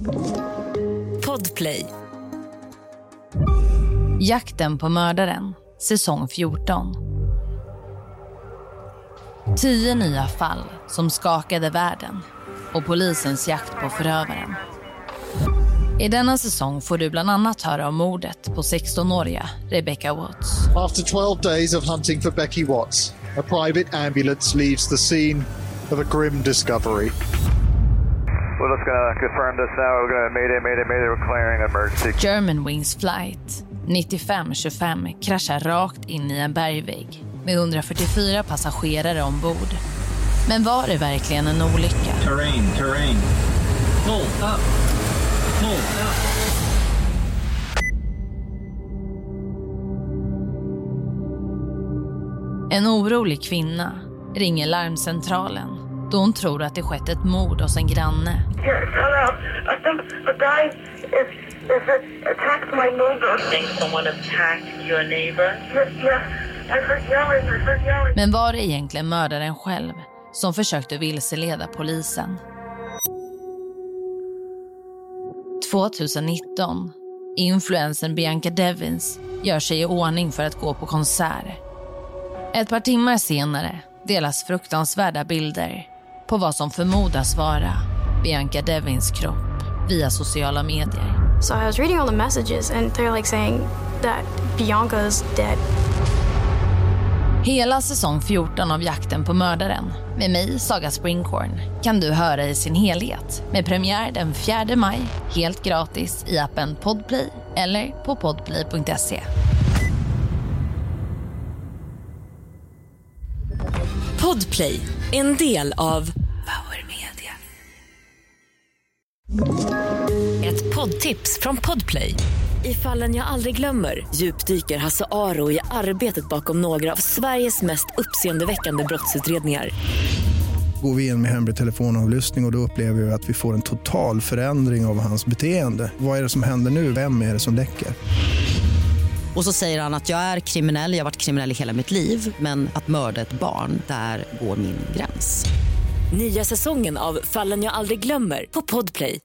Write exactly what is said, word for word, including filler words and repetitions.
Podplay. Jakten på mördaren, säsong fjorton. Tio nya fall som skakade världen och polisens jakt på förövaren. I denna säsong får du bland annat höra om mordet på sexton-åriga Rebecca Watts. After twelve days of hunting for Becky Watts, a private ambulance leaves the scene of a grim discovery. We're just going to confirm this now. We're going to mayday, mayday, mayday. We're clearing emergency. Germanwings flight nittiofem tjugofem kraschar rakt in i en bergvägg med hundrafyrtiofyra passagerare ombord. Men var det verkligen en olycka? Terrain, terrain. Pull up. Pull up. En orolig kvinna ringer larmcentralen då hon tror att det skett ett mord hos en granne. Yes, hello. I think a guy is, is attacked my neighbor. I think someone attacked your neighbor? Yes, yes. I heard yelling, I heard yelling. Men var det egentligen mördaren själv som försökte vilseleda polisen? tjugonitton. Influencern Bianca Devins gör sig i ordning för att gå på konsert. Ett par timmar senare delas fruktansvärda bilder på vad som förmodas vara Bianca Devins kropp via sociala medier. So I was reading all the messages and they're like saying that Bianca's dead. Hela säsong fjorton av Jakten på mördaren med mig, Saga Springhorn, kan du höra i sin helhet med premiär den fjärde maj helt gratis i appen Podplay eller på podplay punkt se. Podplay, en del av Power Media. Ett poddtips från Podplay. I Fallen jag aldrig glömmer djupdyker Hasse Aro i arbetet bakom några av Sveriges mest uppseendeväckande brottsutredningar. Går vi in med hemlig telefonavlyssning och, och då upplever vi att vi får en total förändring av hans beteende. Vad är det som händer nu? Vem är det som läcker? Och så säger han att jag är kriminell, jag har varit kriminell i hela mitt liv. Men att mörda ett barn, där går min gräns. Nya säsongen av Fallen jag aldrig glömmer på Podplay.